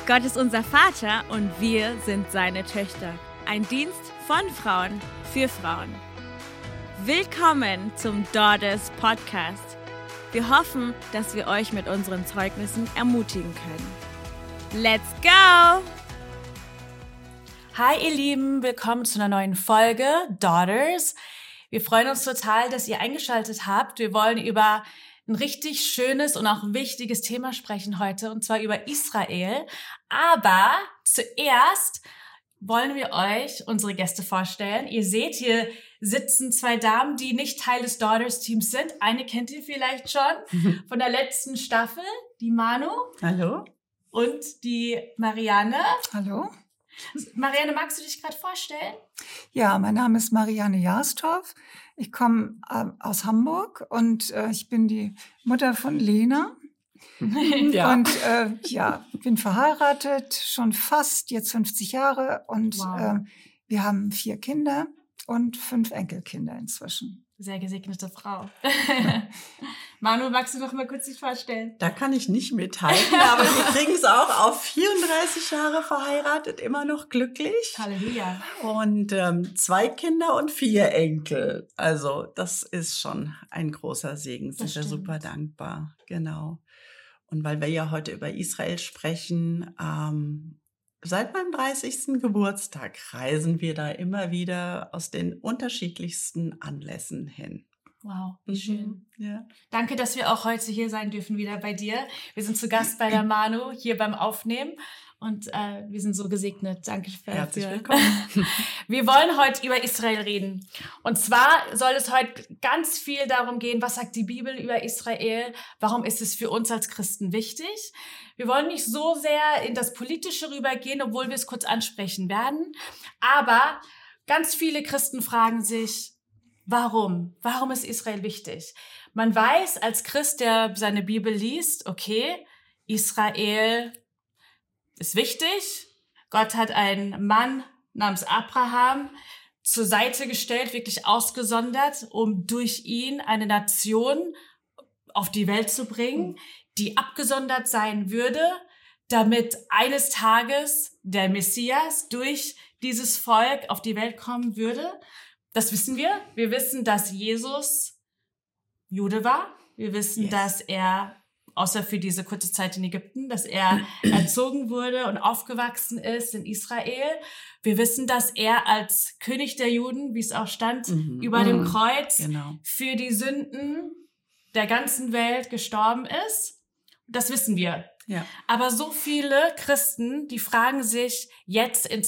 Gott ist unser Vater und wir sind seine Töchter. Ein Dienst von Frauen für Frauen. Willkommen zum Daughters Podcast. Wir hoffen, dass wir euch mit unseren Zeugnissen ermutigen können. Let's go! Hi ihr Lieben, willkommen zu einer neuen Folge Daughters. Wir freuen uns total, dass ihr eingeschaltet habt. Wir wollen über ein richtig schönes und auch wichtiges Thema sprechen heute, und zwar über Israel. Aber zuerst wollen wir euch unsere Gäste vorstellen. Ihr seht, hier sitzen zwei Damen, die nicht Teil des Daughters-Teams sind. Eine kennt ihr vielleicht schon von der letzten Staffel, die Manu. Hallo. Und die Marianne. Hallo. Marianne, magst du dich gerade vorstellen? Ja, mein Name ist Marianne Jastorf. Ich komme aus Hamburg und ich bin die Mutter von Lena. Ja. Und bin verheiratet, schon fast jetzt 50 Jahre. Und Wow. wir haben 4 Kinder und 5 Enkelkinder inzwischen. Sehr gesegnete Frau. Manu, magst du noch mal kurz dich vorstellen? Da kann ich nicht mithalten, aber wir kriegen es auch auf 34 Jahre verheiratet, immer noch glücklich. Halleluja. Und 2 Kinder und 4 Enkel. Also das ist schon ein großer Segen. Sind wir stimmt. super dankbar. Genau. Und weil wir ja heute über Israel sprechen, seit meinem 30. Geburtstag reisen wir da immer wieder aus den unterschiedlichsten Anlässen hin. Wow, wie schön. Ja. Danke, dass wir auch heute hier sein dürfen, wieder bei dir. Wir sind zu Gast bei der Manu hier beim Aufnehmen und wir sind so gesegnet. Danke dafür. Herzlich willkommen. Wir wollen heute über Israel reden. Und zwar soll es heute ganz viel darum gehen, was sagt die Bibel über Israel? Warum ist es für uns als Christen wichtig? Wir wollen nicht so sehr in das Politische rübergehen, obwohl wir es kurz ansprechen werden. Aber ganz viele Christen fragen sich, warum? Warum ist Israel wichtig? Man weiß als Christ, der seine Bibel liest, okay, Israel ist wichtig. Gott hat einen Mann namens Abraham zur Seite gestellt, wirklich ausgesondert, um durch ihn eine Nation auf die Welt zu bringen, die abgesondert sein würde, damit eines Tages der Messias durch dieses Volk auf die Welt kommen würde. Das wissen wir. Wir wissen, dass Jesus Jude war. Wir wissen, dass er, außer für diese kurze Zeit in Ägypten, dass er erzogen wurde und aufgewachsen ist in Israel. Wir wissen, dass er als König der Juden, wie es auch stand, über dem Kreuz für die Sünden der ganzen Welt gestorben ist. Das wissen wir. Ja. Aber so viele Christen, die fragen sich jetzt in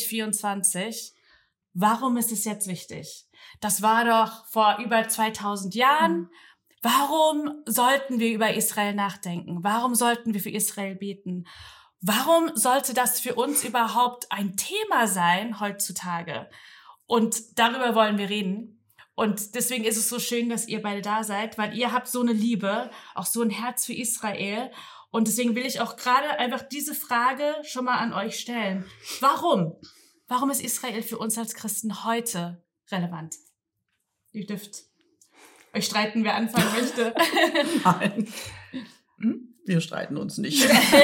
2024, warum ist es jetzt wichtig? Das war doch vor über 2000 Jahren. Warum sollten wir über Israel nachdenken? Warum sollten wir für Israel beten? Warum sollte das für uns überhaupt ein Thema sein heutzutage? Und darüber wollen wir reden. Und deswegen ist es so schön, dass ihr beide da seid, weil ihr habt so eine Liebe, auch so ein Herz für Israel. Und deswegen will ich auch gerade einfach diese Frage schon mal an euch stellen. Warum? Warum ist Israel für uns als Christen heute relevant? Ihr dürft euch streiten, wer anfangen möchte. Nein. Wir streiten uns nicht.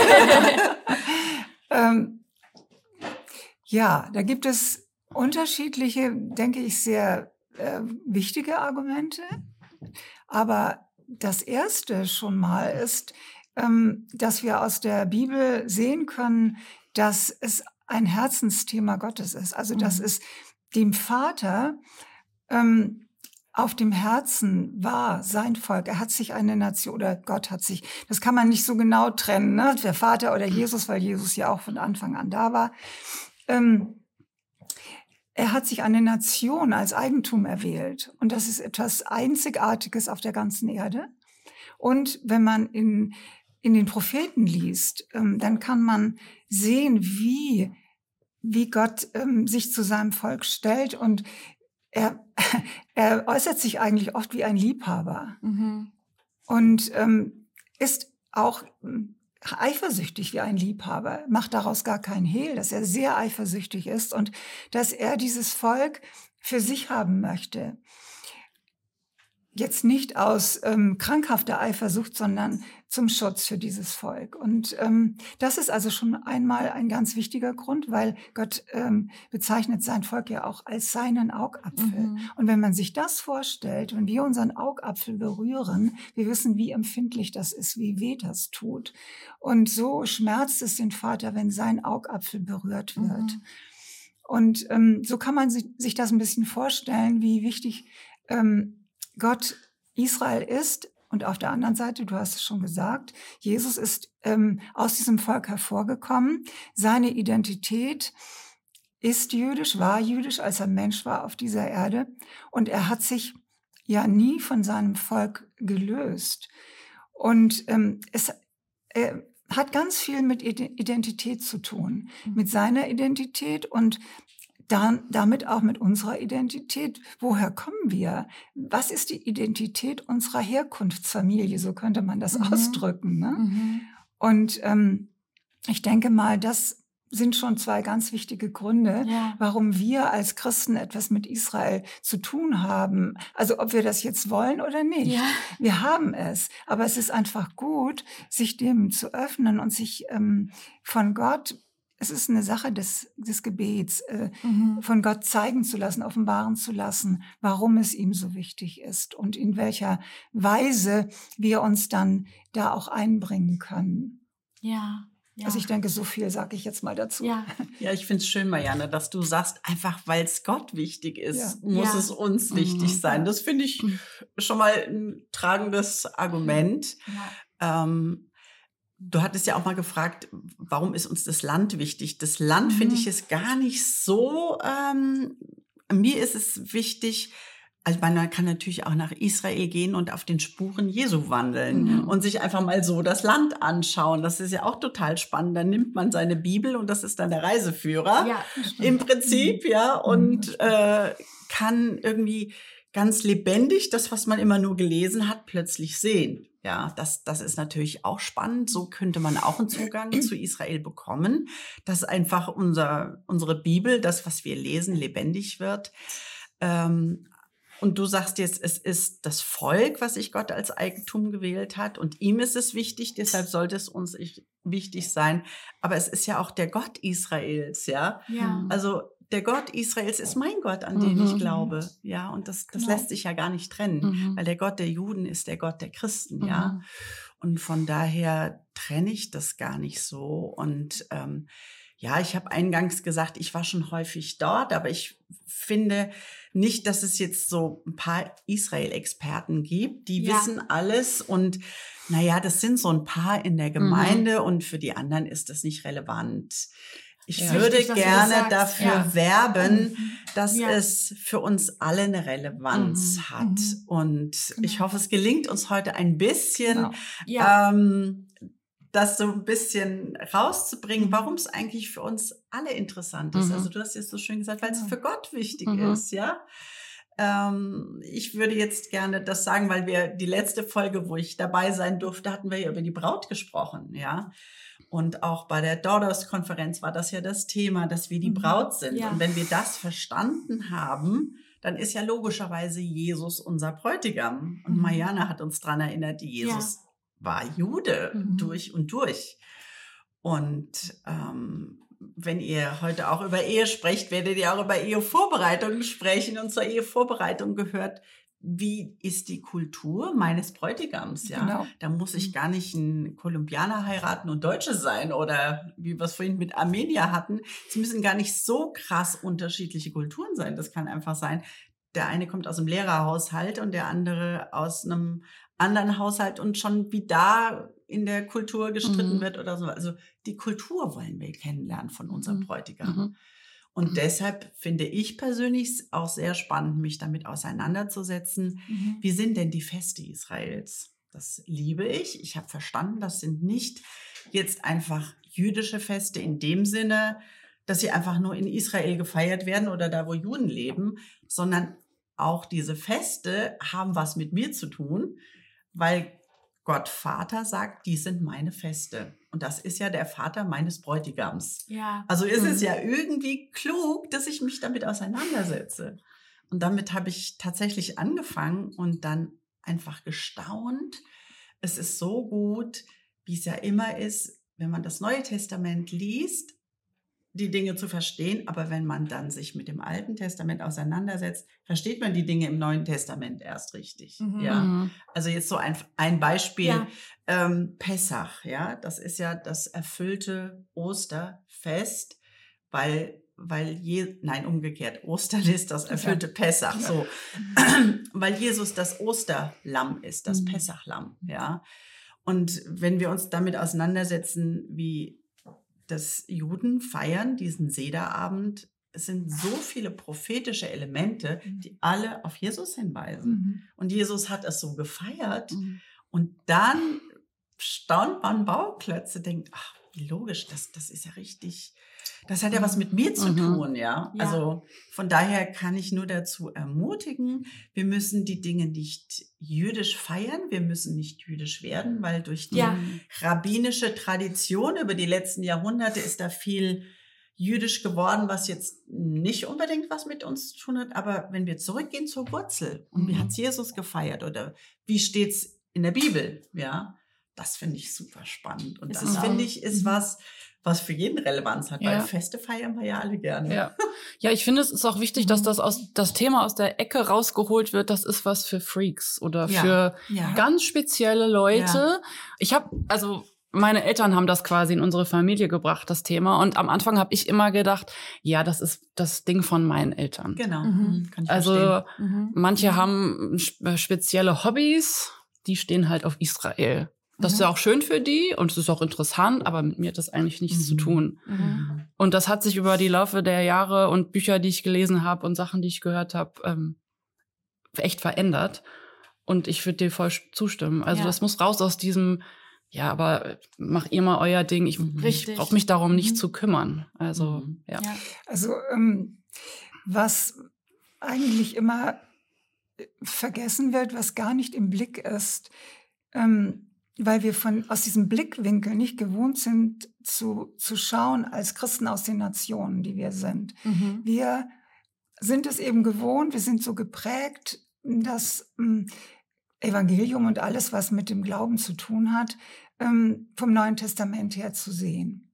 Da gibt es unterschiedliche, denke ich, sehr wichtige Argumente. Aber das erste schon mal ist, dass wir aus der Bibel sehen können, dass es ein Herzensthema Gottes ist. Also dass es dem Vater auf dem Herzen war, sein Volk. Er hat sich eine Nation, oder Gott hat sich, das kann man nicht so genau trennen, ne? Der Vater oder Jesus, weil Jesus ja auch von Anfang an da war. Er hat sich eine Nation als Eigentum erwählt. Und das ist etwas Einzigartiges auf der ganzen Erde. Und wenn man in den Propheten liest, dann kann man sehen, wie Gott sich zu seinem Volk stellt. Und er äußert sich eigentlich oft wie ein Liebhaber. Und ist auch eifersüchtig wie ein Liebhaber, macht daraus gar keinen Hehl, dass er sehr eifersüchtig ist und dass er dieses Volk für sich haben möchte. jetzt nicht aus krankhafter Eifersucht, sondern zum Schutz für dieses Volk. Und das ist also schon einmal ein ganz wichtiger Grund, weil Gott bezeichnet sein Volk ja auch als seinen Augapfel. Und wenn man sich das vorstellt, wenn wir unseren Augapfel berühren, wir wissen, wie empfindlich das ist, wie weh das tut. Und so schmerzt es den Vater, wenn sein Augapfel berührt wird. Und so kann man sich das ein bisschen vorstellen, wie wichtig Gott Israel ist. Und auf der anderen Seite, du hast es schon gesagt, Jesus ist aus diesem Volk hervorgekommen. Seine Identität ist jüdisch, war jüdisch, als er Mensch war auf dieser Erde. Und er hat sich ja nie von seinem Volk gelöst. Und es hat ganz viel mit Identität zu tun, mit seiner Identität und damit auch mit unserer Identität. Woher kommen wir? Was ist die Identität unserer Herkunftsfamilie? So könnte man das ausdrücken. Ne? Und ich denke mal, das sind schon zwei ganz wichtige Gründe, warum wir als Christen etwas mit Israel zu tun haben. Also ob wir das jetzt wollen oder nicht. Ja. Wir haben es. Aber es ist einfach gut, sich dem zu öffnen und sich von Gott, es ist eine Sache des Gebets, von Gott zeigen zu lassen, offenbaren zu lassen, warum es ihm so wichtig ist und in welcher Weise wir uns dann da auch einbringen können. Ja. Ja. Also ich denke, so viel sage ich jetzt mal dazu. Ja, ich finde es schön, Marianne, dass du sagst, einfach weil es Gott wichtig ist, muss es uns wichtig sein. Das finde ich schon mal ein tragendes Argument. Ja. Du hattest ja auch mal gefragt, warum ist uns das Land wichtig? Das Land, finde ich, ist gar nicht so, mir ist es wichtig. Also man kann natürlich auch nach Israel gehen und auf den Spuren Jesu wandeln und sich einfach mal so das Land anschauen. Das ist ja auch total spannend. Dann nimmt man seine Bibel und das ist dann der Reiseführer im Prinzip, und kann irgendwie ganz lebendig das, was man immer nur gelesen hat, plötzlich sehen. Ja, das ist natürlich auch spannend. So könnte man auch einen Zugang zu Israel bekommen, dass einfach unsere Bibel, das, was wir lesen, lebendig wird. Und du sagst jetzt, es ist das Volk, was sich Gott als Eigentum gewählt hat. Und ihm ist es wichtig, deshalb sollte es uns wichtig sein. Aber es ist ja auch der Gott Israels, ja. Also der Gott Israels ist mein Gott, an den ich glaube. Ja, und das lässt sich ja gar nicht trennen. Weil der Gott der Juden ist der Gott der Christen, ja. Und von daher trenne ich das gar nicht so. Und ich habe eingangs gesagt, ich war schon häufig dort, aber ich finde nicht, dass es jetzt so ein paar Israel-Experten gibt, die wissen alles und das sind so ein paar in der Gemeinde und für die anderen ist das nicht relevant. Ich würde gerne dafür werben, dass es für uns alle eine Relevanz hat. Und ich hoffe, es gelingt uns heute ein bisschen, das so ein bisschen rauszubringen, warum es eigentlich für uns alle interessant ist. Also du hast jetzt so schön gesagt, weil es für Gott wichtig ist, ja. Ich würde jetzt gerne das sagen, weil wir die letzte Folge, wo ich dabei sein durfte, hatten wir ja über die Braut gesprochen, ja. Und auch bei der Daughters-Konferenz war das ja das Thema, dass wir die Braut sind. Ja. Und wenn wir das verstanden haben, dann ist ja logischerweise Jesus unser Bräutigam. Und Marianne hat uns daran erinnert, Jesus war Jude durch und durch. Und wenn ihr heute auch über Ehe sprecht, werdet ihr auch über Ehevorbereitungen sprechen. Und zur Ehevorbereitung gehört, wie ist die Kultur meines Bräutigams? Ja, genau. Da muss ich gar nicht einen Kolumbianer heiraten und Deutsche sein oder wie wir es vorhin mit Armenier hatten. Es müssen gar nicht so krass unterschiedliche Kulturen sein. Das kann einfach sein, der eine kommt aus einem Lehrerhaushalt und der andere aus einem anderen Haushalt und schon wie da in der Kultur gestritten wird oder so. Also die Kultur wollen wir kennenlernen von unserem Bräutigam. Und deshalb finde ich persönlich auch sehr spannend, mich damit auseinanderzusetzen. Wie sind denn die Feste Israels? Das liebe ich. Ich habe verstanden, das sind nicht jetzt einfach jüdische Feste in dem Sinne, dass sie einfach nur in Israel gefeiert werden oder da, wo Juden leben, sondern auch diese Feste haben was mit mir zu tun, weil Gott Vater sagt, die sind meine Feste. Und das ist ja der Vater meines Bräutigams. Ja. Also ist es ja irgendwie klug, dass ich mich damit auseinandersetze. Und damit habe ich tatsächlich angefangen und dann einfach gestaunt. Es ist so gut, wie es ja immer ist, wenn man das Neue Testament liest, die Dinge zu verstehen. Aber wenn man dann sich mit dem Alten Testament auseinandersetzt, versteht man die Dinge im Neuen Testament erst richtig. Ja? Also jetzt so ein Beispiel, Pessach. Ja? Das ist ja das erfüllte Osterfest, umgekehrt. Ostern ist das erfüllte Pessach. So. Weil Jesus das Osterlamm ist, das Pessachlamm. Ja? Und wenn wir uns damit auseinandersetzen, wie das Juden feiern, diesen Sederabend, es sind so viele prophetische Elemente, die alle auf Jesus hinweisen. Und Jesus hat es so gefeiert. Und dann staunt man Bauklötze, denkt, ach, wie logisch, das ist ja richtig, das hat ja was mit mir zu tun, ja. Also von daher kann ich nur dazu ermutigen, wir müssen die Dinge nicht jüdisch feiern, wir müssen nicht jüdisch werden, weil durch die rabbinische Tradition über die letzten Jahrhunderte ist da viel jüdisch geworden, was jetzt nicht unbedingt was mit uns zu tun hat, aber wenn wir zurückgehen zur Wurzel und wie hat Jesus gefeiert oder wie steht's in der Bibel, ja, das finde ich super spannend. Und das finde ich ist was für jeden Relevanz hat, weil Feste feiern wir ja alle gerne. Ja, ich finde, es ist auch wichtig, dass das Thema aus der Ecke rausgeholt wird. Das ist was für Freaks oder für ganz spezielle Leute. Meine Eltern haben das quasi in unsere Familie gebracht, das Thema. Und am Anfang habe ich immer gedacht, ja, das ist das Ding von meinen Eltern. Genau. Kann ich verstehen. Manche haben spezielle Hobbys, die stehen halt auf Israel. Das ist ja auch schön für die und es ist auch interessant, aber mit mir hat das eigentlich nichts zu tun. Und das hat sich über die Laufe der Jahre und Bücher, die ich gelesen habe und Sachen, die ich gehört habe, echt verändert. Und ich würde dir voll zustimmen. Also das muss raus aus diesem, ja, aber mach ihr mal euer Ding. Ich brauche mich darum nicht zu kümmern. Also, Also, was eigentlich immer vergessen wird, was gar nicht im Blick ist, weil wir aus diesem Blickwinkel nicht gewohnt sind, zu schauen als Christen aus den Nationen, die wir sind. Wir sind es eben gewohnt, wir sind so geprägt, das Evangelium und alles, was mit dem Glauben zu tun hat, vom Neuen Testament her zu sehen.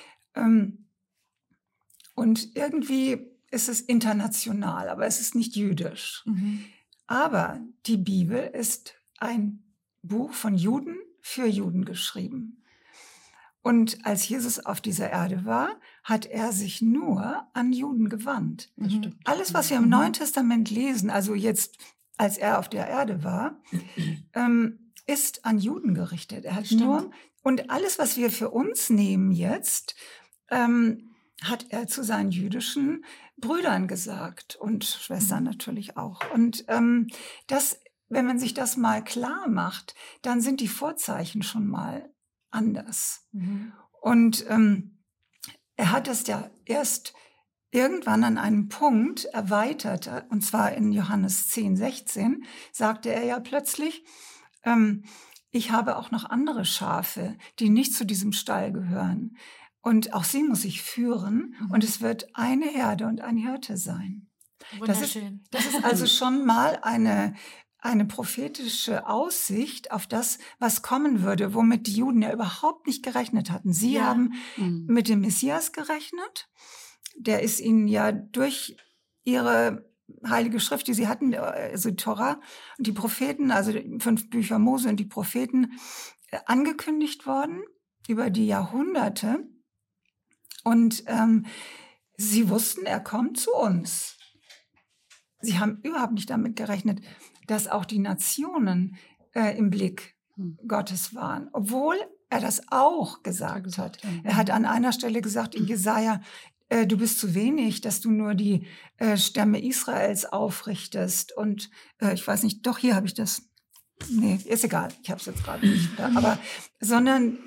Und irgendwie ist es international, aber es ist nicht jüdisch. Aber die Bibel ist ein Buch von Juden für Juden geschrieben. Und als Jesus auf dieser Erde war, hat er sich nur an Juden gewandt. Alles, was wir im Neuen Testament lesen, also jetzt, als er auf der Erde war, ist an Juden gerichtet. Er hat und alles, was wir für uns nehmen jetzt, hat er zu seinen jüdischen Brüdern gesagt und Schwestern natürlich auch. Und wenn man sich das mal klar macht, dann sind die Vorzeichen schon mal anders. Und er hat das ja erst irgendwann an einem Punkt erweitert, und zwar in Johannes 10,16, sagte er ja plötzlich, ich habe auch noch andere Schafe, die nicht zu diesem Stall gehören. Und auch sie muss ich führen und es wird eine Herde und ein Hirte sein. Wunderschön. Das ist also schon mal eine prophetische Aussicht auf das, was kommen würde, womit die Juden ja überhaupt nicht gerechnet hatten. Sie haben mit dem Messias gerechnet. Der ist ihnen ja durch ihre Heilige Schrift, die sie hatten, also Tora und die Propheten, also die 5 Bücher Mose und die Propheten, angekündigt worden über die Jahrhunderte. Und sie wussten, er kommt zu uns. Sie haben überhaupt nicht damit gerechnet, dass auch die Nationen im Blick Gottes waren, obwohl er das auch gesagt hat. Er hat an einer Stelle gesagt in Jesaja, du bist zu wenig, dass du nur die Stämme Israels aufrichtest. Und ich weiß nicht, doch, hier habe ich das. Nee, ist egal, ich habe es jetzt gerade nicht. Aber, sondern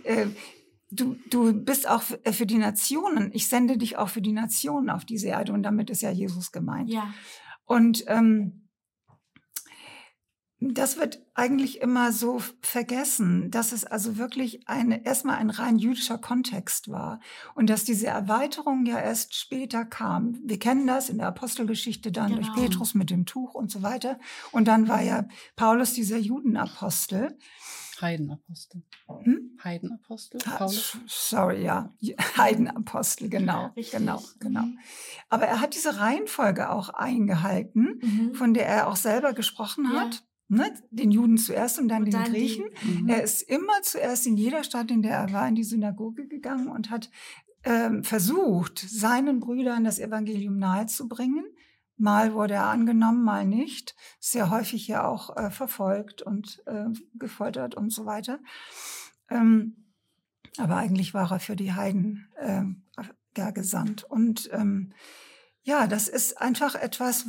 du bist auch für die Nationen. Ich sende dich auch für die Nationen auf diese Erde. Und damit ist ja Jesus gemeint. Ja. Und Das wird eigentlich immer so vergessen, dass es also wirklich erstmal ein rein jüdischer Kontext war und dass diese Erweiterung ja erst später kam. Wir kennen das in der Apostelgeschichte dann durch Petrus mit dem Tuch und so weiter. Und dann war ja Paulus dieser Judenapostel. Heidenapostel. Heidenapostel? Paulus? Sorry, ja. Heidenapostel, genau. Genau. Aber er hat diese Reihenfolge auch eingehalten, von der er auch selber gesprochen hat. Ne? Den Juden zuerst und dann den Griechen. Er ist immer zuerst in jeder Stadt, in der er war, in die Synagoge gegangen und hat versucht, seinen Brüdern das Evangelium nahezubringen. Mal wurde er angenommen, mal nicht. Sehr häufig ja auch verfolgt und gefoltert und so weiter. Aber eigentlich war er für die Heiden gesandt. Und das ist einfach etwas,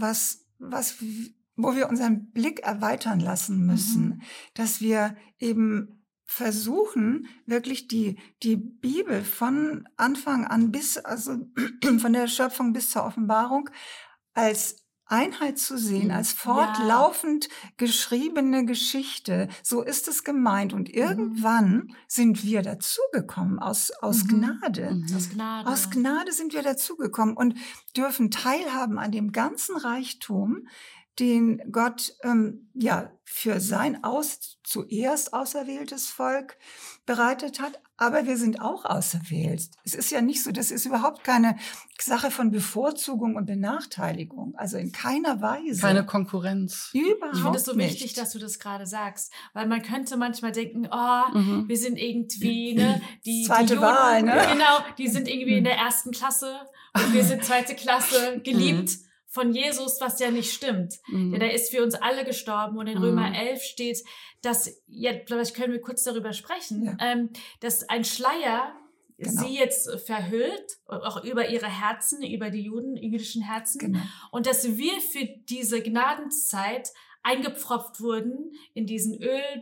wo wir unseren Blick erweitern lassen müssen, dass wir eben versuchen, wirklich die Bibel von Anfang an von der Schöpfung bis zur Offenbarung als Einheit zu sehen, als fortlaufend geschriebene Geschichte. So ist es gemeint. Und irgendwann sind wir dazugekommen aus Gnade. Aus Gnade sind wir dazugekommen und dürfen teilhaben an dem ganzen Reichtum, den Gott für sein zuerst auserwähltes Volk bereitet hat. Aber wir sind auch auserwählt. Es ist ja nicht so, das ist überhaupt keine Sache von Bevorzugung und Benachteiligung. Also in keiner Weise. Keine Konkurrenz. Überhaupt Ich finde es so nicht. wichtig, dass du das gerade sagst. Weil man könnte manchmal denken, wir sind irgendwie, ne, die zweite Juden, Wahl, ne? Genau, die sind irgendwie in der 1. Klasse und wir sind 2. Klasse geliebt von Jesus, was ja nicht stimmt. Denn er ist für uns alle gestorben und in Römer 11 steht, dass, vielleicht können wir kurz darüber sprechen, dass ein Schleier sie jetzt verhüllt, auch über ihre Herzen, über die jüdischen Herzen. Genau. Und dass wir für diese Gnadenzeit eingepfropft wurden in diesen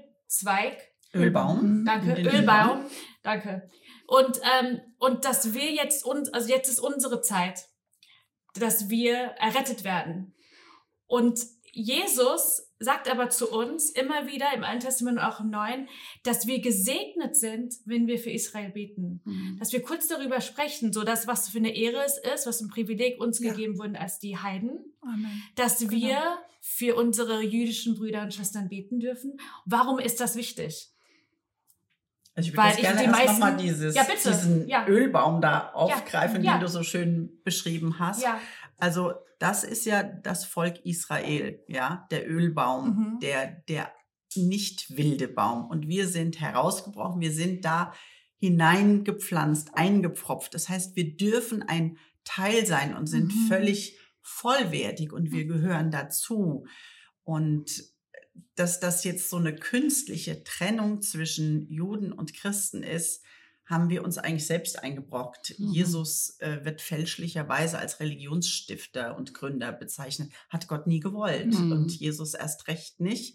Ölbaum. Danke, Ölbaum. Danke. Und dass wir jetzt jetzt ist unsere Zeit, dass wir errettet werden. Und Jesus sagt aber zu uns immer wieder im Alten Testament und auch im Neuen, dass wir gesegnet sind, wenn wir für Israel beten. Dass wir kurz darüber sprechen, so dass was für eine Ehre es ist, was ein Privileg uns gegeben wurde als die Heiden, dass wir für unsere jüdischen Brüder und Schwestern beten dürfen. Warum ist das wichtig? Also ich würde gerne erst nochmal diesen Ölbaum da aufgreifen, den du so schön beschrieben hast. Ja. Also das ist ja das Volk Israel, der Ölbaum, der nicht wilde Baum. Und wir sind herausgebrochen, wir sind da hineingepflanzt, eingepfropft. Das heißt, wir dürfen ein Teil sein und sind völlig vollwertig und wir gehören dazu. Und dass das jetzt so eine künstliche Trennung zwischen Juden und Christen ist, haben wir uns eigentlich selbst eingebrockt. Jesus wird fälschlicherweise als Religionsstifter und Gründer bezeichnet. Hat Gott nie gewollt und Jesus erst recht nicht.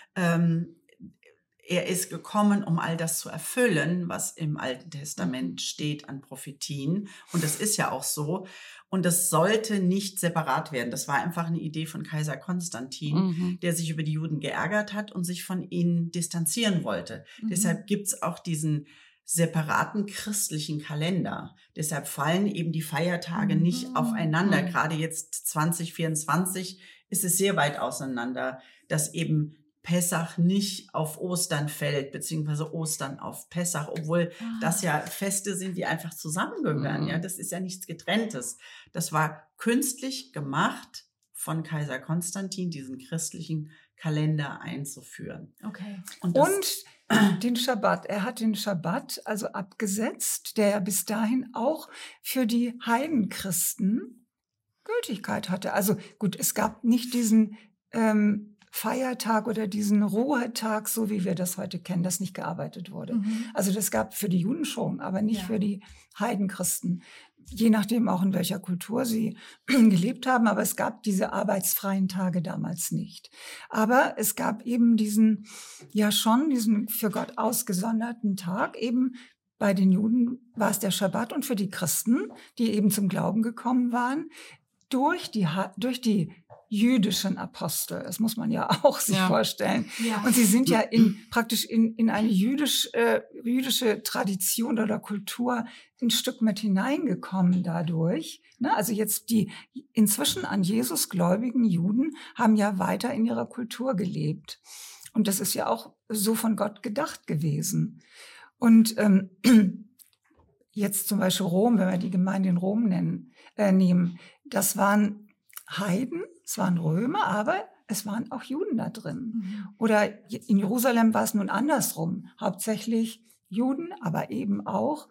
Er ist gekommen, um all das zu erfüllen, was im Alten Testament steht an Prophetien. Und das ist ja auch so. Und das sollte nicht separat werden. Das war einfach eine Idee von Kaiser Konstantin, der sich über die Juden geärgert hat und sich von ihnen distanzieren wollte. Deshalb gibt's auch diesen separaten christlichen Kalender. Deshalb fallen eben die Feiertage nicht aufeinander. Gerade jetzt 2024 ist es sehr weit auseinander, dass eben Pessach nicht auf Ostern fällt, beziehungsweise Ostern auf Pessach, obwohl das ja Feste sind, die einfach zusammengehören. Ja, das ist ja nichts Getrenntes. Das war künstlich gemacht von Kaiser Konstantin, diesen christlichen Kalender einzuführen. Okay. Und den Schabbat. Er hat den Schabbat also abgesetzt, der ja bis dahin auch für die Heidenchristen Gültigkeit hatte. Also gut, es gab nicht diesen Feiertag oder diesen Ruhetag, so wie wir das heute kennen, dass nicht gearbeitet wurde. Also das gab für die Juden schon, aber nicht für die Heidenchristen. Je nachdem auch in welcher Kultur sie gelebt haben, aber es gab diese arbeitsfreien Tage damals nicht. Aber es gab eben diesen für Gott ausgesonderten Tag. Eben bei den Juden war es der Schabbat und für die Christen, die eben zum Glauben gekommen waren, durch die jüdischen Apostel, das muss man ja auch sich vorstellen. Ja. Und sie sind ja praktisch in eine jüdische Tradition oder Kultur ein Stück mit hineingekommen dadurch. Ne? Also jetzt die inzwischen an Jesus gläubigen Juden haben ja weiter in ihrer Kultur gelebt. Und das ist ja auch so von Gott gedacht gewesen. Und jetzt zum Beispiel Rom, wenn wir die Gemeinde in Rom nehmen, das waren Heiden, es waren Römer, aber es waren auch Juden da drin. Mhm. Oder in Jerusalem war es nun andersrum. Hauptsächlich Juden, aber eben auch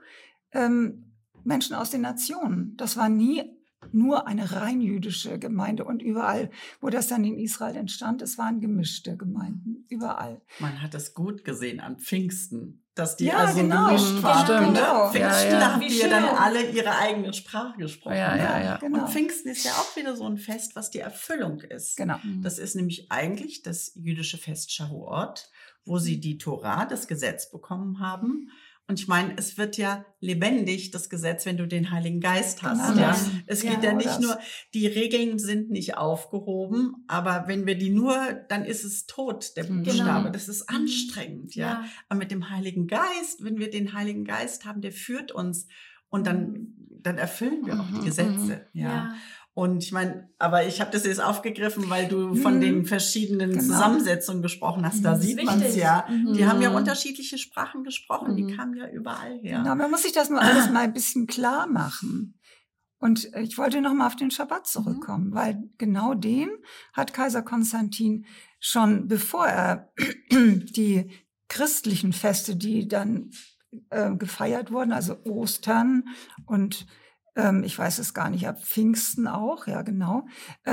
Menschen aus den Nationen. Das war nie nur eine rein jüdische Gemeinde. Und überall, wo das dann in Israel entstand, es waren gemischte Gemeinden. Überall. Man hat es gut gesehen an Pfingsten, dass die gemischt waren. Genau. Pfingsten, da haben die dann alle ihre eigene Sprache gesprochen. Ja. Genau. Und Pfingsten ist ja auch wieder so ein Fest, was die Erfüllung ist. Genau. Das ist nämlich eigentlich das jüdische Fest Shavuot, wo sie die Tora, das Gesetz, bekommen haben. Und ich meine, es wird ja lebendig, das Gesetz, wenn du den Heiligen Geist hast. Genau. Ja. Es geht ja nicht nur, die Regeln sind nicht aufgehoben, aber wenn wir die nur, dann ist es tot, der Buchstabe. Genau. Das ist anstrengend, ja. Aber mit dem Heiligen Geist, wenn wir den Heiligen Geist haben, der führt uns und dann erfüllen wir auch die Gesetze, ja. Und ich meine, aber ich habe das jetzt aufgegriffen, weil du von den verschiedenen Zusammensetzungen gesprochen hast. Da sieht man es ja. Die haben ja unterschiedliche Sprachen gesprochen. Die kamen ja überall her. Genau, man muss sich das nur alles mal ein bisschen klar machen. Und ich wollte noch mal auf den Schabbat zurückkommen, weil genau den hat Kaiser Konstantin schon, bevor er die christlichen Feste, die dann gefeiert wurden, also Ostern und ich weiß es gar nicht, ab Pfingsten auch, ja genau.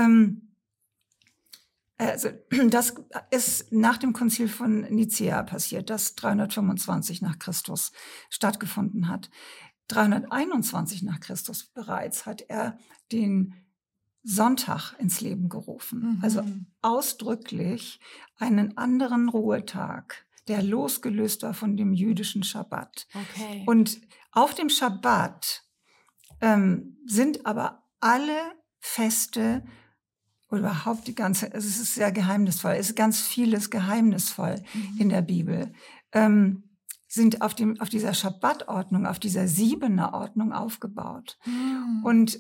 Also das ist nach dem Konzil von Nicäa passiert, das 325 nach Christus stattgefunden hat. 321 nach Christus bereits hat er den Sonntag ins Leben gerufen. Also ausdrücklich einen anderen Ruhetag, der losgelöst war von dem jüdischen Schabbat. Okay. Und auf dem Schabbat sind aber alle Feste oder überhaupt die ganze, es ist sehr geheimnisvoll, es ist ganz vieles geheimnisvoll in der Bibel, sind auf dieser Schabbatordnung, auf dieser 7er-Ordnung aufgebaut. Und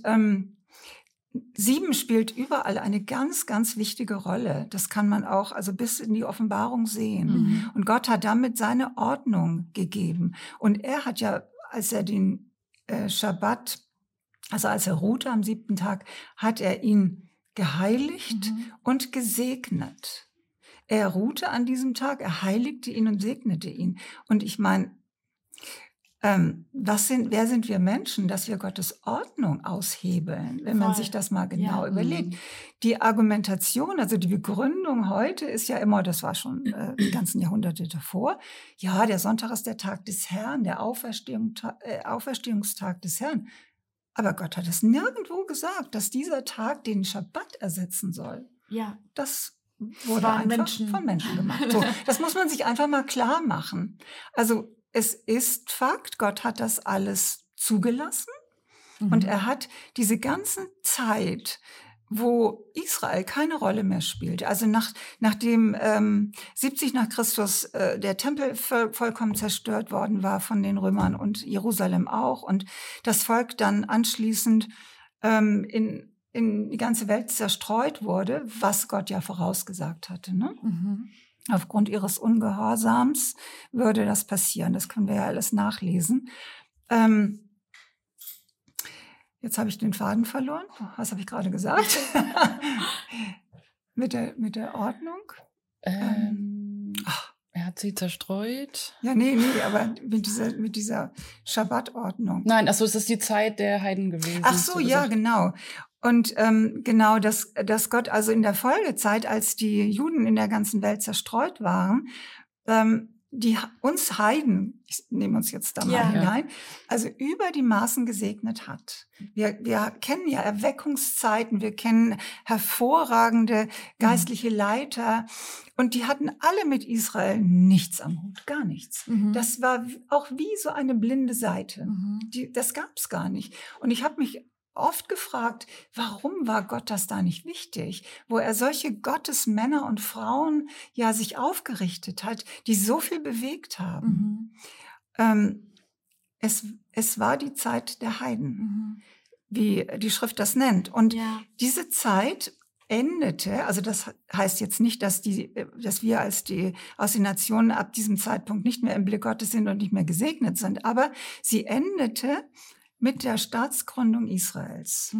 7 spielt überall eine ganz, ganz wichtige Rolle. Das kann man auch also bis in die Offenbarung sehen. Und Gott hat damit seine Ordnung gegeben. Und er hat ja, als er den Schabbat, also als er ruhte am 7. Tag, hat er ihn geheiligt und gesegnet. Er ruhte an diesem Tag, er heiligte ihn und segnete ihn. Und ich meine, wer sind wir Menschen, dass wir Gottes Ordnung aushebeln, wenn man sich das mal genau überlegt. Die Argumentation, also die Begründung heute ist ja immer, das war schon die ganzen Jahrhunderte davor, ja, der Sonntag ist der Tag des Herrn, der Auferstehungstag des Herrn. Aber Gott hat es nirgendwo gesagt, dass dieser Tag den Schabbat ersetzen soll. Ja. Das wurde einfach von Menschen gemacht. So, das muss man sich einfach mal klar machen. Also es ist Fakt, Gott hat das alles zugelassen und er hat diese ganze Zeit, wo Israel keine Rolle mehr spielte, also nachdem 70 nach Christus der Tempel vollkommen zerstört worden war von den Römern und Jerusalem auch und das Volk dann anschließend in die ganze Welt zerstreut wurde, was Gott ja vorausgesagt hatte, ne? Aufgrund ihres Ungehorsams würde das passieren. Das können wir ja alles nachlesen. Jetzt habe ich den Faden verloren. Was habe ich gerade gesagt? mit der Ordnung. Er hat sie zerstreut. Ja, nee, aber mit dieser Schabbatordnung. Nein, also es ist die Zeit der Heiden gewesen. Ach so, ja, genau. Und genau, dass Gott also in der Folgezeit, als die Juden in der ganzen Welt zerstreut waren, die uns Heiden, ich nehme uns jetzt da mal hinein, also über die Maßen gesegnet hat. Wir kennen ja Erweckungszeiten, wir kennen hervorragende geistliche Leiter und die hatten alle mit Israel nichts am Hut, gar nichts. Das war auch wie so eine blinde Seite. Das gab's gar nicht. Und ich habe mich oft gefragt, warum war Gott das da nicht wichtig, wo er solche Gottesmänner und Frauen ja sich aufgerichtet hat, die so viel bewegt haben. Es war die Zeit der Heiden, wie die Schrift das nennt. Und diese Zeit endete, also das heißt jetzt nicht, dass wir aus den Nationen ab diesem Zeitpunkt nicht mehr im Blick Gottes sind und nicht mehr gesegnet sind, aber sie endete mit der Staatsgründung Israels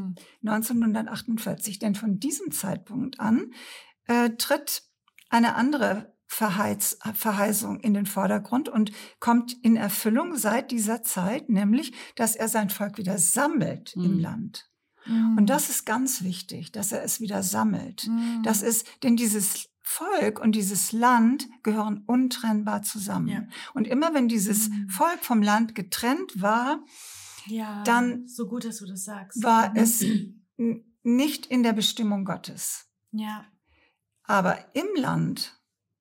1948. Denn von diesem Zeitpunkt an tritt eine andere Verheißung in den Vordergrund und kommt in Erfüllung seit dieser Zeit, nämlich, dass er sein Volk wieder sammelt im Land. Und das ist ganz wichtig, dass er es wieder sammelt. Denn dieses Volk und dieses Land gehören untrennbar zusammen. Ja. Und immer wenn dieses Volk vom Land getrennt war, dann so gut, dass du das sagst. War es nicht in der Bestimmung Gottes. Ja. Aber im Land,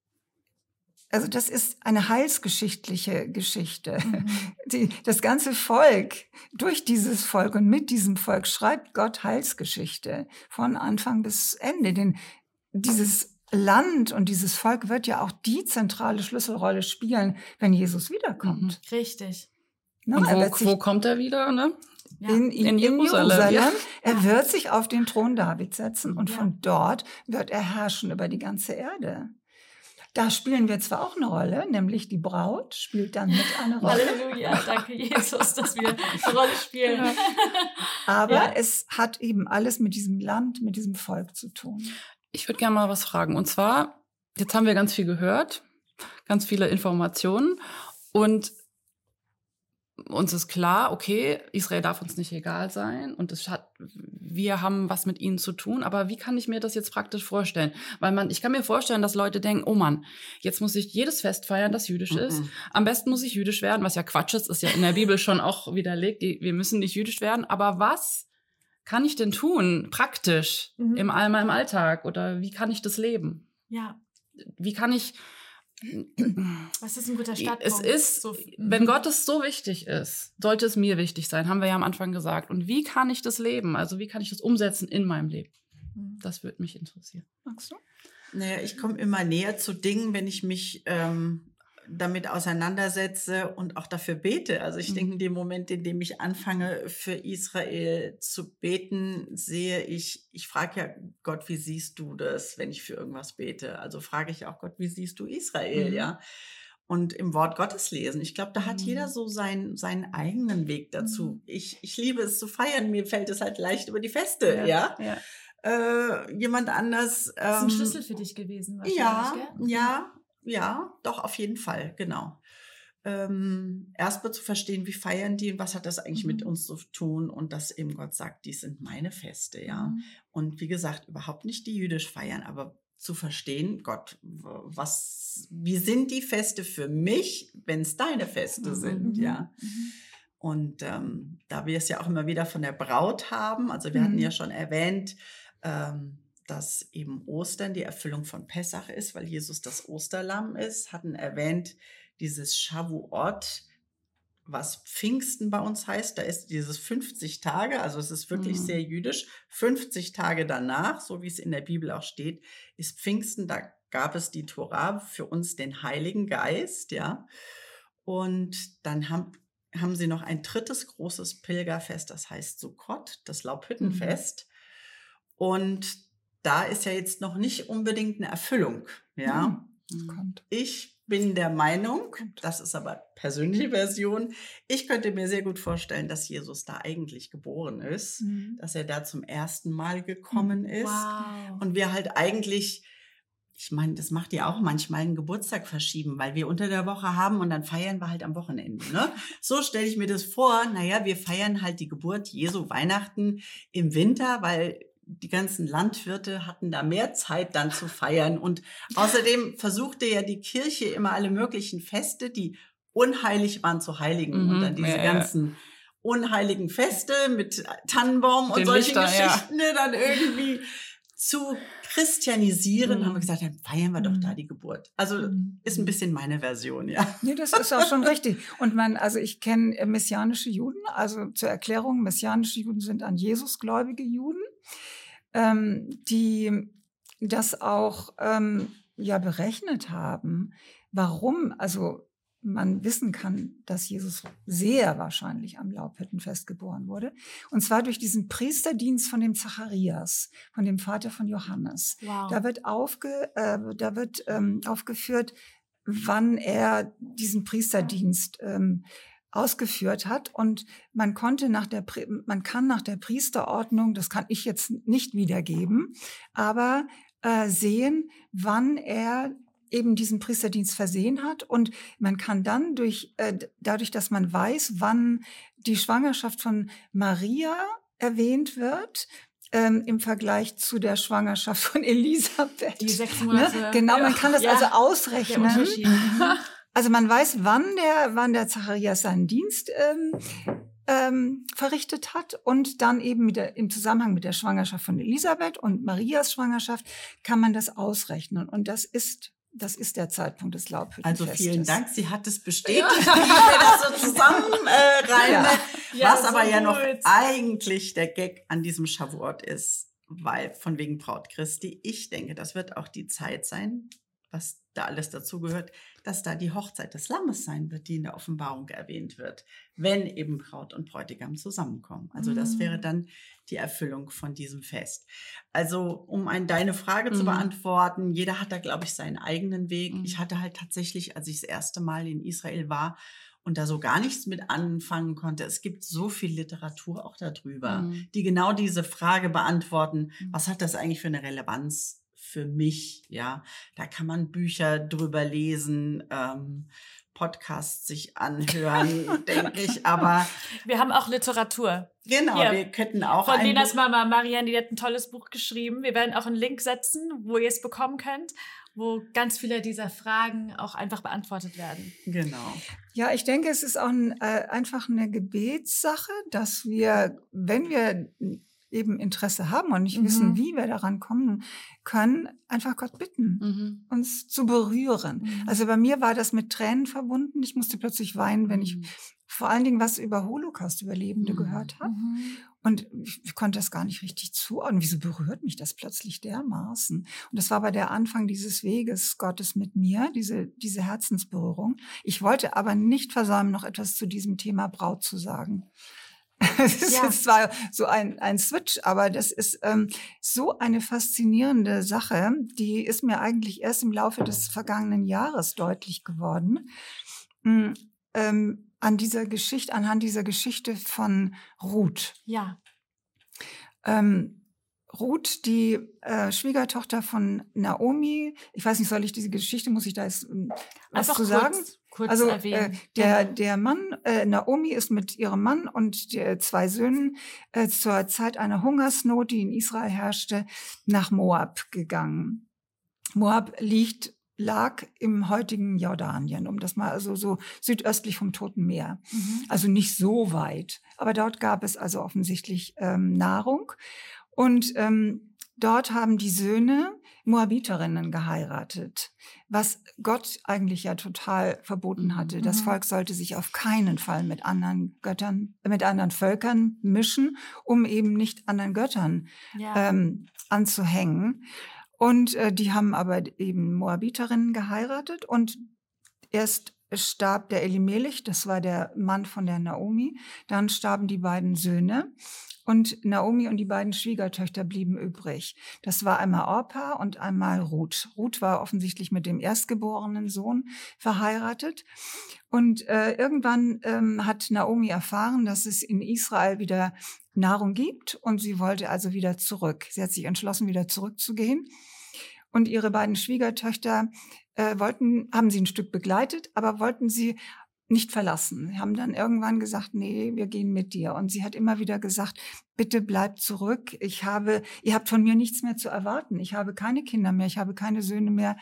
also das ist eine heilsgeschichtliche Geschichte. Das ganze Volk, durch dieses Volk und mit diesem Volk schreibt Gott Heilsgeschichte von Anfang bis Ende. Denn dieses Land und dieses Volk wird ja auch die zentrale Schlüsselrolle spielen, wenn Jesus wiederkommt. Richtig. Ne? Und wo kommt er wieder? Ne? Ja. In Jerusalem. Ja. Er wird sich auf den Thron Davids setzen und von dort wird er herrschen über die ganze Erde. Da spielen wir zwar auch eine Rolle, nämlich die Braut spielt dann mit eine Rolle. Halleluja, danke Jesus, dass wir eine Rolle spielen. Ja. Aber es hat eben alles mit diesem Land, mit diesem Volk zu tun. Ich würde gerne mal was fragen. Und zwar, jetzt haben wir ganz viel gehört, ganz viele Informationen und uns ist klar, okay, Israel darf uns nicht egal sein und wir haben was mit ihnen zu tun, aber wie kann ich mir das jetzt praktisch vorstellen? Weil ich kann mir vorstellen, dass Leute denken, oh Mann, jetzt muss ich jedes Fest feiern, das jüdisch ist. Am besten muss ich jüdisch werden, was ja Quatsch ist ja in der Bibel schon auch widerlegt, wir müssen nicht jüdisch werden, aber was kann ich denn tun, praktisch, im Alltag oder wie kann ich das leben? Ja. Wie kann ich... Was ist ein guter Startpunkt? Es ist, wenn Gott es so wichtig ist, sollte es mir wichtig sein, haben wir ja am Anfang gesagt. Und wie kann ich das leben? Also wie kann ich das umsetzen in meinem Leben? Das würde mich interessieren. Magst du? Naja, ich komme immer näher zu Dingen, wenn ich mich damit auseinandersetze und auch dafür bete. Also ich denke, in dem Moment, in dem ich anfange, für Israel zu beten, ich frage ja Gott, wie siehst du das, wenn ich für irgendwas bete? Also frage ich auch Gott, wie siehst du Israel, ja? Und im Wort Gottes lesen. Ich glaube, da hat jeder so seinen eigenen Weg dazu. Ich liebe es zu feiern, mir fällt es halt leicht über die Feste, ja? Jemand anders. Das ist ein Schlüssel für dich gewesen, wahrscheinlich, gell? Ja, doch, auf jeden Fall, genau. Erstmal zu verstehen, wie feiern die und was hat das eigentlich mit uns zu tun und dass eben Gott sagt, die sind meine Feste, ja. Und wie gesagt, überhaupt nicht die jüdisch feiern, aber zu verstehen, Gott, wie sind die Feste für mich, wenn es deine Feste sind, ja. Und da wir es ja auch immer wieder von der Braut haben, also wir hatten ja schon erwähnt, dass eben Ostern die Erfüllung von Pessach ist, weil Jesus das Osterlamm ist, hatten erwähnt, dieses Shavuot, was Pfingsten bei uns heißt, da ist dieses 50 Tage, also es ist wirklich sehr jüdisch, 50 Tage danach, so wie es in der Bibel auch steht, ist Pfingsten, da gab es die Tora, für uns den Heiligen Geist, ja, und dann haben sie noch ein drittes großes Pilgerfest, das heißt Sukkot, das Laubhüttenfest, und da ist ja jetzt noch nicht unbedingt eine Erfüllung, ja. Ich bin der Meinung, das ist aber persönliche Version, ich könnte mir sehr gut vorstellen, dass Jesus da eigentlich geboren ist, dass er da zum ersten Mal gekommen ist. Wow. Und wir halt eigentlich, ich meine, das macht ja auch manchmal einen Geburtstag verschieben, weil wir unter der Woche haben und dann feiern wir halt am Wochenende. Ne? So stelle ich mir das vor, naja, wir feiern halt die Geburt Jesu, Weihnachten im Winter, weil die ganzen Landwirte hatten da mehr Zeit dann zu feiern. Und außerdem versuchte ja die Kirche immer alle möglichen Feste, die unheilig waren, zu heiligen. Und dann diese ganzen unheiligen Feste mit Tannenbaum und solchen Geschichten dann irgendwie zu christianisieren, haben wir gesagt, dann feiern wir doch da die Geburt. Also ist ein bisschen meine Version, ja. Nee, das ist auch schon richtig. Und ich kenne messianische Juden, also zur Erklärung, messianische Juden sind an Jesus gläubige Juden, die das auch berechnet haben, warum, also man wissen kann, dass Jesus sehr wahrscheinlich am Laubhüttenfest geboren wurde. Und zwar durch diesen Priesterdienst von dem Zacharias, von dem Vater von Johannes. Wow. Da wird aufgeführt, wann er diesen Priesterdienst ausgeführt hat. Und man kann nach der Priesterordnung, das kann ich jetzt nicht wiedergeben, aber sehen, wann er eben diesen Priesterdienst versehen hat. Und man kann dann dadurch, dass man weiß, wann die Schwangerschaft von Maria erwähnt wird, im Vergleich zu der Schwangerschaft von Elisabeth. Die 6 Monate. Ne? Genau, man kann das also ausrechnen. Der Unterschied. Also man weiß, wann der Zacharias seinen Dienst verrichtet hat, und dann eben im Zusammenhang mit der Schwangerschaft von Elisabeth und Marias Schwangerschaft kann man das ausrechnen. Und das ist der Zeitpunkt des Laubhüttenfestes. Also vielen Dank, sie hat es bestätigt, wie wir das so zusammenreimen. Was aber ja noch eigentlich der Gag an diesem Shavuot ist, weil von wegen Braut Christi, ich denke, das wird auch die Zeit sein, was da alles dazugehört, dass da die Hochzeit des Lammes sein wird, die in der Offenbarung erwähnt wird, wenn eben Braut und Bräutigam zusammenkommen. Also das wäre dann die Erfüllung von diesem Fest. Also um deine Frage zu beantworten, jeder hat da, glaube ich, seinen eigenen Weg. Ich hatte halt tatsächlich, als ich das erste Mal in Israel war und da so gar nichts mit anfangen konnte, es gibt so viel Literatur auch darüber, die genau diese Frage beantworten, was hat das eigentlich für eine Relevanz für mich, ja, da kann man Bücher drüber lesen, Podcasts sich anhören, denke ich, aber wir haben auch Literatur. Genau, hier. Wir könnten auch von Lenas Mama Marianne, die hat ein tolles Buch geschrieben. Wir werden auch einen Link setzen, wo ihr es bekommen könnt, wo ganz viele dieser Fragen auch einfach beantwortet werden. Genau. Ja, ich denke, es ist auch einfach eine Gebetssache, dass wir, wenn wir eben Interesse haben und nicht wissen, wie wir daran kommen können, einfach Gott bitten, uns zu berühren. Also bei mir war das mit Tränen verbunden. Ich musste plötzlich weinen, wenn ich vor allen Dingen was über Holocaust-Überlebende gehört habe. Und ich konnte das gar nicht richtig zuordnen. Wieso berührt mich das plötzlich dermaßen? Und das war aber der Anfang dieses Weges Gottes mit mir, diese Herzensberührung. Ich wollte aber nicht versäumen, noch etwas zu diesem Thema Braut zu sagen. Es ist jetzt zwar so ein Switch, aber das ist so eine faszinierende Sache, die ist mir eigentlich erst im Laufe des vergangenen Jahres deutlich geworden. Anhand dieser Geschichte von Ruth. Ja. Ruth, die Schwiegertochter von Naomi, ich weiß nicht, muss ich da jetzt was zu sagen? Kurz erwähnen. Der Mann, Naomi ist mit ihrem Mann und 2 Söhnen zur Zeit einer Hungersnot, die in Israel herrschte, nach Moab gegangen. Moab lag im heutigen Jordanien, um das mal so südöstlich vom Toten Meer. Also nicht so weit. Aber dort gab es also offensichtlich Nahrung. Und dort haben die Söhne Moabiterinnen geheiratet, was Gott eigentlich ja total verboten hatte. Das Volk sollte sich auf keinen Fall mit anderen Völkern mischen, um eben nicht anderen Göttern anzuhängen. Und die haben aber eben Moabiterinnen geheiratet, und erst starb der Elimelech, das war der Mann von der Naomi, dann starben die beiden Söhne. Und Naomi und die beiden Schwiegertöchter blieben übrig. Das war einmal Orpa und einmal Ruth. Ruth war offensichtlich mit dem erstgeborenen Sohn verheiratet. Und irgendwann hat Naomi erfahren, dass es in Israel wieder Nahrung gibt. Und sie wollte also wieder zurück. Sie hat sich entschlossen, wieder zurückzugehen. Und ihre beiden Schwiegertöchter haben sie ein Stück begleitet, aber wollten sie nicht verlassen. Sie haben dann irgendwann gesagt, nee, wir gehen mit dir. Und sie hat immer wieder gesagt, bitte bleibt zurück. Ihr habt von mir nichts mehr zu erwarten. Ich habe keine Kinder mehr, ich habe keine Söhne mehr.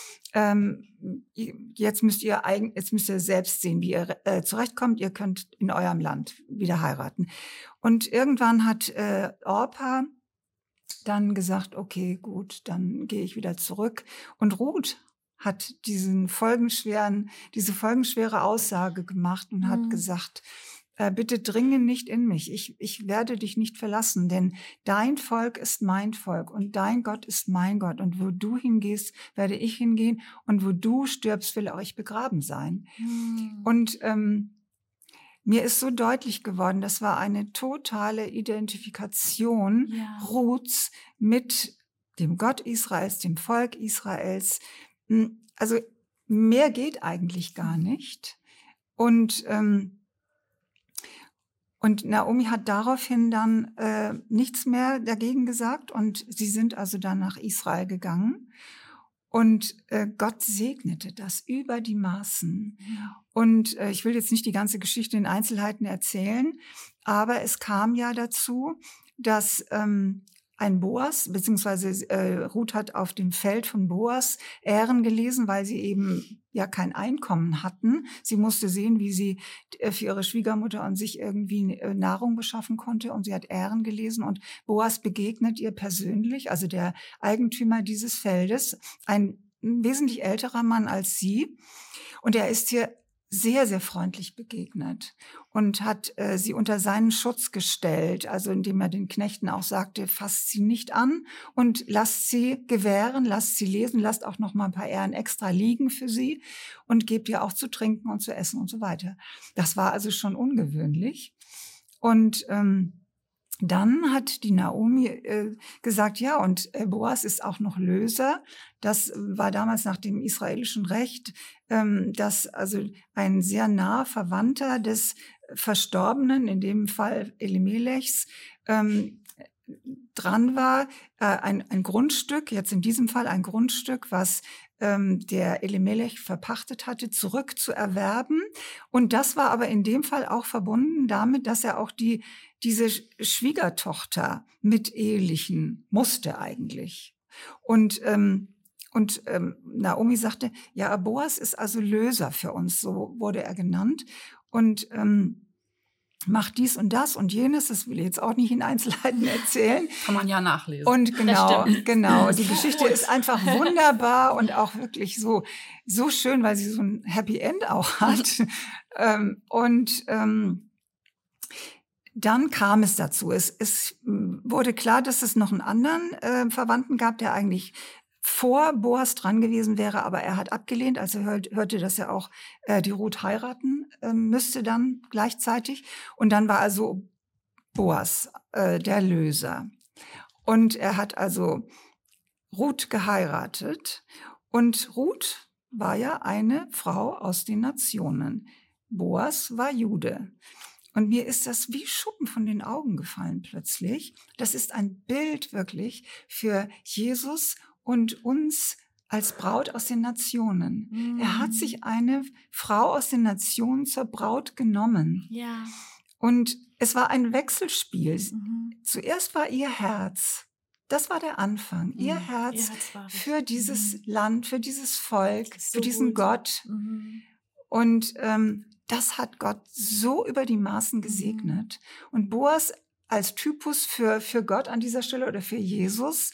Jetzt müsst ihr selbst sehen, wie ihr zurechtkommt. Ihr könnt in eurem Land wieder heiraten. Und irgendwann hat Orpa dann gesagt, okay, gut, dann gehe ich wieder zurück. Und Ruth hat diese folgenschwere Aussage gemacht und hat gesagt, bitte dringe nicht in mich. Ich werde dich nicht verlassen, denn dein Volk ist mein Volk und dein Gott ist mein Gott. Und wo du hingehst, werde ich hingehen. Und wo du stirbst, will auch ich begraben sein. Und mir ist so deutlich geworden, das war eine totale Identifikation Ruths mit dem Gott Israels, dem Volk Israels. Also mehr geht eigentlich gar nicht. Und Naomi hat daraufhin dann nichts mehr dagegen gesagt und sie sind also dann nach Israel gegangen. Und Gott segnete das über die Maßen. Und ich will jetzt nicht die ganze Geschichte in Einzelheiten erzählen, aber es kam ja dazu, dass ein Boas, beziehungsweise Ruth hat auf dem Feld von Boas Ähren gelesen, weil sie eben ja kein Einkommen hatten. Sie musste sehen, wie sie für ihre Schwiegermutter und sich irgendwie Nahrung beschaffen konnte. Und sie hat Ähren gelesen und Boas begegnet ihr persönlich, also der Eigentümer dieses Feldes, ein wesentlich älterer Mann als sie. Und er ist ihr sehr, sehr freundlich begegnet und hat sie unter seinen Schutz gestellt, also indem er den Knechten auch sagte, fasst sie nicht an und lasst sie gewähren, lasst sie lesen, lasst auch noch mal ein paar Ähren extra liegen für sie und gebt ihr auch zu trinken und zu essen und so weiter. Das war also schon ungewöhnlich. Und dann hat die Naomi gesagt, ja, und Boas ist auch noch Löser. Das war damals nach dem israelischen Recht, dass also ein sehr naher Verwandter des Verstorbenen, in dem Fall Elimelechs, dran war, ein Grundstück, jetzt in diesem Fall ein Grundstück, was der Elimelech verpachtet hatte, zurückzuerwerben. Und das war aber in dem Fall auch verbunden damit, dass er auch diese Schwiegertochter mitehelichen musste eigentlich. Und Naomi sagte, ja, Boas ist also Löser für uns, so wurde er genannt. Und macht dies und das und jenes, das will ich jetzt auch nicht in Einzelheiten erzählen. Kann man ja nachlesen. Und genau, die Geschichte ist einfach wunderbar und auch wirklich so schön, weil sie so ein Happy End auch hat. Dann kam es dazu. Es wurde klar, dass es noch einen anderen Verwandten gab, der eigentlich vor Boas dran gewesen wäre, aber er hat abgelehnt, als er hörte, dass er auch die Ruth heiraten müsste dann gleichzeitig. Und dann war also Boas der Löser. Und er hat also Ruth geheiratet. Und Ruth war ja eine Frau aus den Nationen. Boas war Jude. Und mir ist das wie Schuppen von den Augen gefallen plötzlich. Das ist ein Bild wirklich für Jesus und uns als Braut aus den Nationen. Mhm. Er hat sich eine Frau aus den Nationen zur Braut genommen. Ja. Und es war ein Wechselspiel. Mhm. Zuerst war ihr Herz, das war der Anfang, ihr Herz für dieses Land, für dieses Volk, so für diesen gut. Gott. Mhm. Und das hat Gott so über die Maßen gesegnet. Und Boas als Typus für Gott an dieser Stelle oder für Jesus,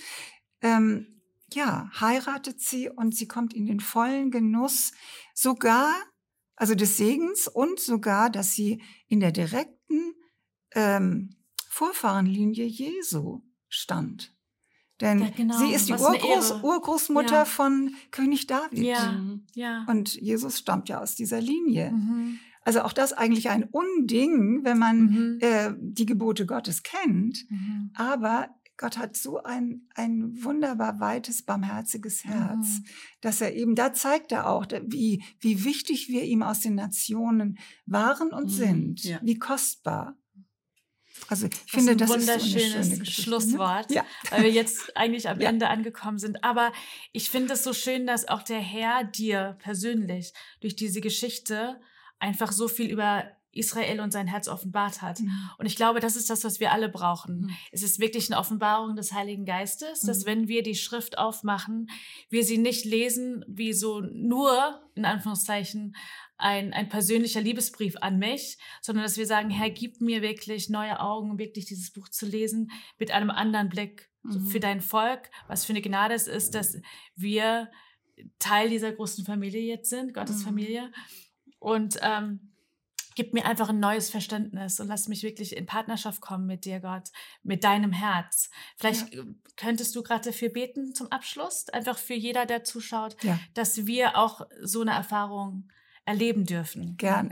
heiratet sie und sie kommt in den vollen Genuss sogar, also des Segens und sogar, dass sie in der direkten Vorfahrenlinie Jesu stand. Denn sie ist die Urgroßmutter von König David. Ja, ja. Und Jesus stammt ja aus dieser Linie. Mhm. Also auch das eigentlich ein Unding, wenn man die Gebote Gottes kennt. Mhm. Aber Gott hat so ein wunderbar weites, barmherziges Herz, dass er eben, da zeigt er auch, wie wichtig wir ihm aus den Nationen waren und sind, wie kostbar. Also ich finde, das ist so eine schöne Geschichte, Schlusswort, ne? Weil wir jetzt eigentlich am Ende angekommen sind. Aber ich finde es so schön, dass auch der Herr dir persönlich durch diese Geschichte einfach so viel über Israel und sein Herz offenbart hat. Und ich glaube, das ist das, was wir alle brauchen. Es ist wirklich eine Offenbarung des Heiligen Geistes, dass wenn wir die Schrift aufmachen, wir sie nicht lesen wie so nur, in Anführungszeichen, ein persönlicher Liebesbrief an mich, sondern dass wir sagen, Herr, gib mir wirklich neue Augen, wirklich dieses Buch zu lesen mit einem anderen Blick für dein Volk. Was für eine Gnade es ist, dass wir Teil dieser großen Familie jetzt sind, Gottes Familie. Und gib mir einfach ein neues Verständnis und lass mich wirklich in Partnerschaft kommen mit dir, Gott, mit deinem Herz. Vielleicht könntest du gerade dafür beten zum Abschluss, einfach für jeder, der zuschaut, dass wir auch so eine Erfahrung erleben dürfen. Gerne.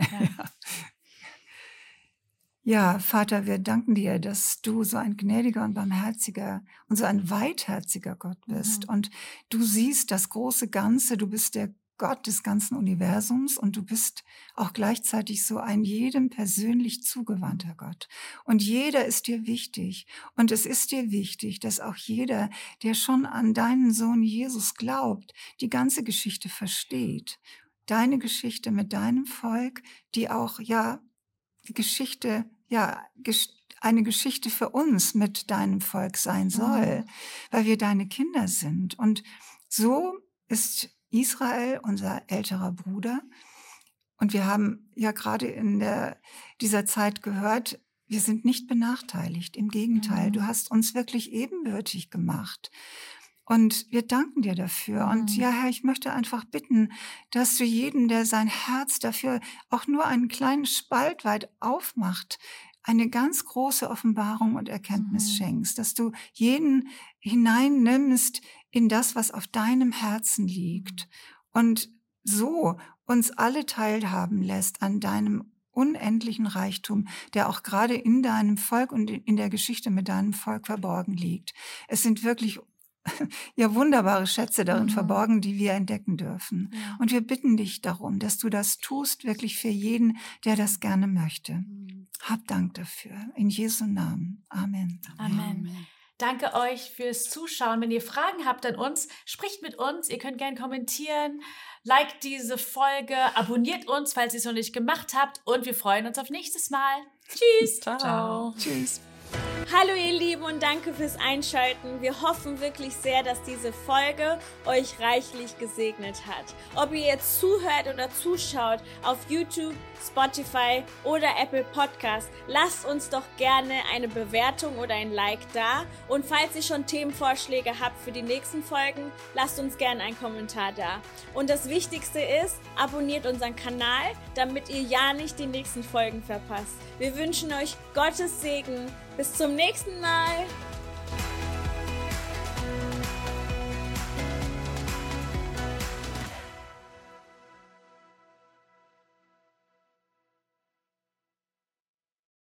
Ja, Vater, wir danken dir, dass du so ein gnädiger und barmherziger und so ein weitherziger Gott bist. Und du siehst das große Ganze, du bist der Gott des ganzen Universums und du bist auch gleichzeitig so ein jedem persönlich zugewandter Gott. Und jeder ist dir wichtig. Und es ist dir wichtig, dass auch jeder, der schon an deinen Sohn Jesus glaubt, die ganze Geschichte versteht. Deine Geschichte mit deinem Volk, die auch, die Geschichte, eine Geschichte für uns mit deinem Volk sein soll, weil wir deine Kinder sind. Und so ist Israel unser älterer Bruder. Und wir haben ja gerade in dieser Zeit gehört, wir sind nicht benachteiligt. Im Gegenteil, du hast uns wirklich ebenbürtig gemacht. Und wir danken dir dafür. Und ja, Herr, ich möchte einfach bitten, dass du jeden, der sein Herz dafür auch nur einen kleinen Spalt weit aufmacht, eine ganz große Offenbarung und Erkenntnis schenkst, dass du jeden hineinnimmst in das, was auf deinem Herzen liegt und so uns alle teilhaben lässt an deinem unendlichen Reichtum, der auch gerade in deinem Volk und in der Geschichte mit deinem Volk verborgen liegt. Es sind wirklich wunderbare Schätze darin verborgen, die wir entdecken dürfen. Ja. Und wir bitten dich darum, dass du das tust, wirklich für jeden, der das gerne möchte. Hab Dank dafür. In Jesu Namen. Amen. Amen. Danke euch fürs Zuschauen. Wenn ihr Fragen habt an uns, spricht mit uns. Ihr könnt gerne kommentieren, liked diese Folge, abonniert uns, falls ihr es noch nicht gemacht habt. Und wir freuen uns auf nächstes Mal. Tschüss. Ciao. Tschüss. Hallo ihr Lieben und danke fürs Einschalten. Wir hoffen wirklich sehr, dass diese Folge euch reichlich gesegnet hat. Ob ihr jetzt zuhört oder zuschaut auf YouTube, Spotify oder Apple Podcast, lasst uns doch gerne eine Bewertung oder ein Like da. Und falls ihr schon Themenvorschläge habt für die nächsten Folgen, lasst uns gerne einen Kommentar da. Und das Wichtigste ist, abonniert unseren Kanal, damit ihr ja nicht die nächsten Folgen verpasst. Wir wünschen euch Gottes Segen. Bis zum nächsten Mal.